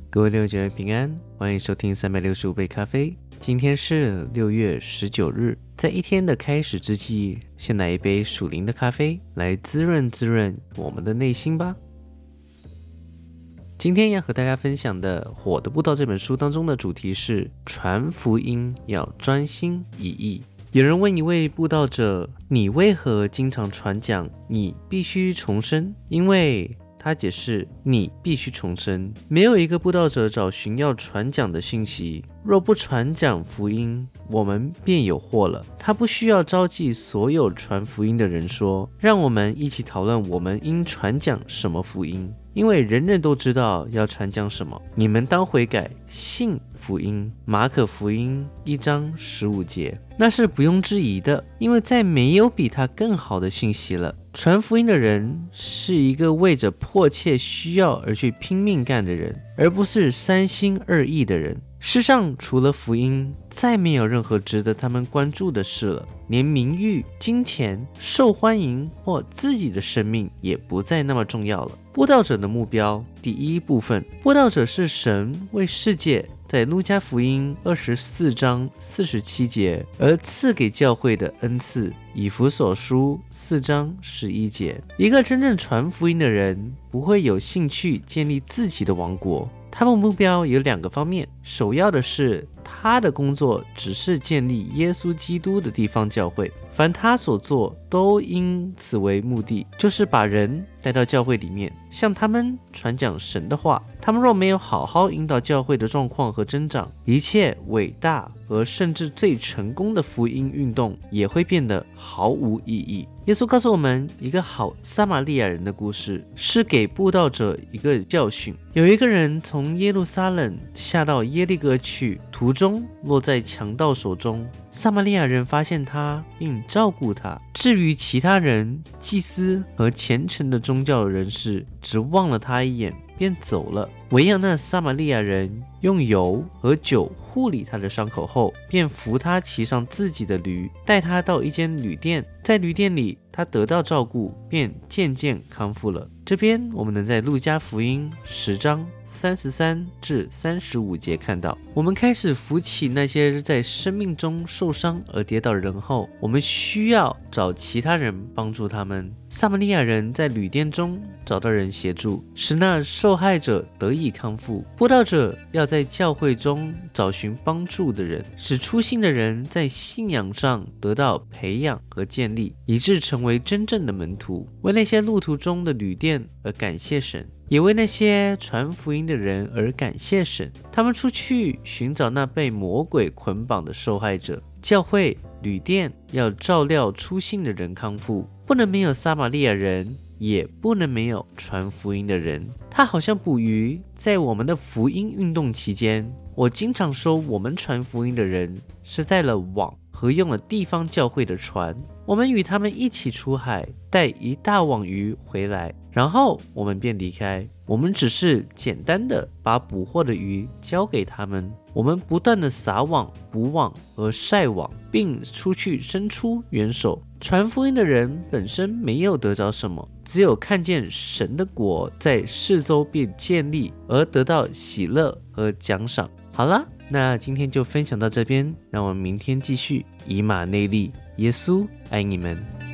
各位六姐妹平安，欢迎收听365杯咖啡。今天是6月19日，在一天的开始之际，先来一杯属灵的咖啡，来滋润我们的内心吧。今天要和大家分享的《火的布道》这本书当中的主题是传福音要专心一意。有人问一位布道者，你为何经常传讲你必须重生？因为他解释，你必须重生。没有一个布道者找寻要传讲的讯息，若不传讲福音，我们便有祸了。他不需要召集所有传福音的人说，让我们一起讨论我们应传讲什么福音，因为人人都知道要传讲什么。你们当悔改，信福音。马可福音1章15节，那是不用质疑的，因为再没有比他更好的讯息了。传福音的人是一个为着迫切需要而去拼命干的人，而不是三心二意的人。世上除了福音，再没有任何值得他们关注的事了，连名誉、金钱、受欢迎或自己的生命也不再那么重要了。布道者的目标，第一部分，布道者是神为世界在路加福音24章47节而赐给教会的恩赐，以弗所书4章11节。一个真正传福音的人不会有兴趣建立自己的王国，他们目标有2个方面，首要的是他的工作只是建立耶稣基督的地方教会，凡他所做都因此为目的，就是把人带到教会里面，向他们传讲神的话。他们若没有好好引导教会的状况和增长，一切伟大和甚至最成功的福音运动也会变得毫无意义。耶稣告诉我们一个好撒玛利亚人的故事，是给布道者一个教训。有一个人从耶路撒冷下到耶利哥去，途中落在强盗手中，撒玛利亚人发现他并照顾他。至于其他人，祭司和虔诚的宗教人士只望了他一眼便走了，唯有那撒玛利亚人用油和酒护理他的伤口后，便扶他骑上自己的驴，带他到一间旅店。在旅店里，他得到照顾，便渐渐康复了。这边我们能在路加福音10章33至35节看到，我们开始扶起那些在生命中受伤而跌倒的人后，我们需要找其他人帮助他们。撒玛利亚人在旅店中找到人协助，使那受害者得以康复。布道者要在教会中找寻帮助的人，使初信的人在信仰上得到培养和建立，以致成为真正的门徒。为那些路途中的旅店而感谢神，也为那些传福音的人而感谢神。他们出去寻找那被魔鬼捆绑的受害者。教会、旅店要照料初信的人康复，不能没有撒玛利亚人，也不能没有传福音的人。他好像捕鱼，在我们的福音运动期间，我经常说我们传福音的人是带了网和用了地方教会的船，我们与他们一起出海，带一大网鱼回来，然后我们便离开。我们只是简单的把捕获的鱼交给他们，我们不断的撒网、捕网和晒网，并出去伸出援手。传福音的人本身没有得着什么，只有看见神的国在四周便建立，而得到喜乐和奖赏。好啦，那今天就分享到这边，让我们明天继续。以马内利，耶稣爱你们。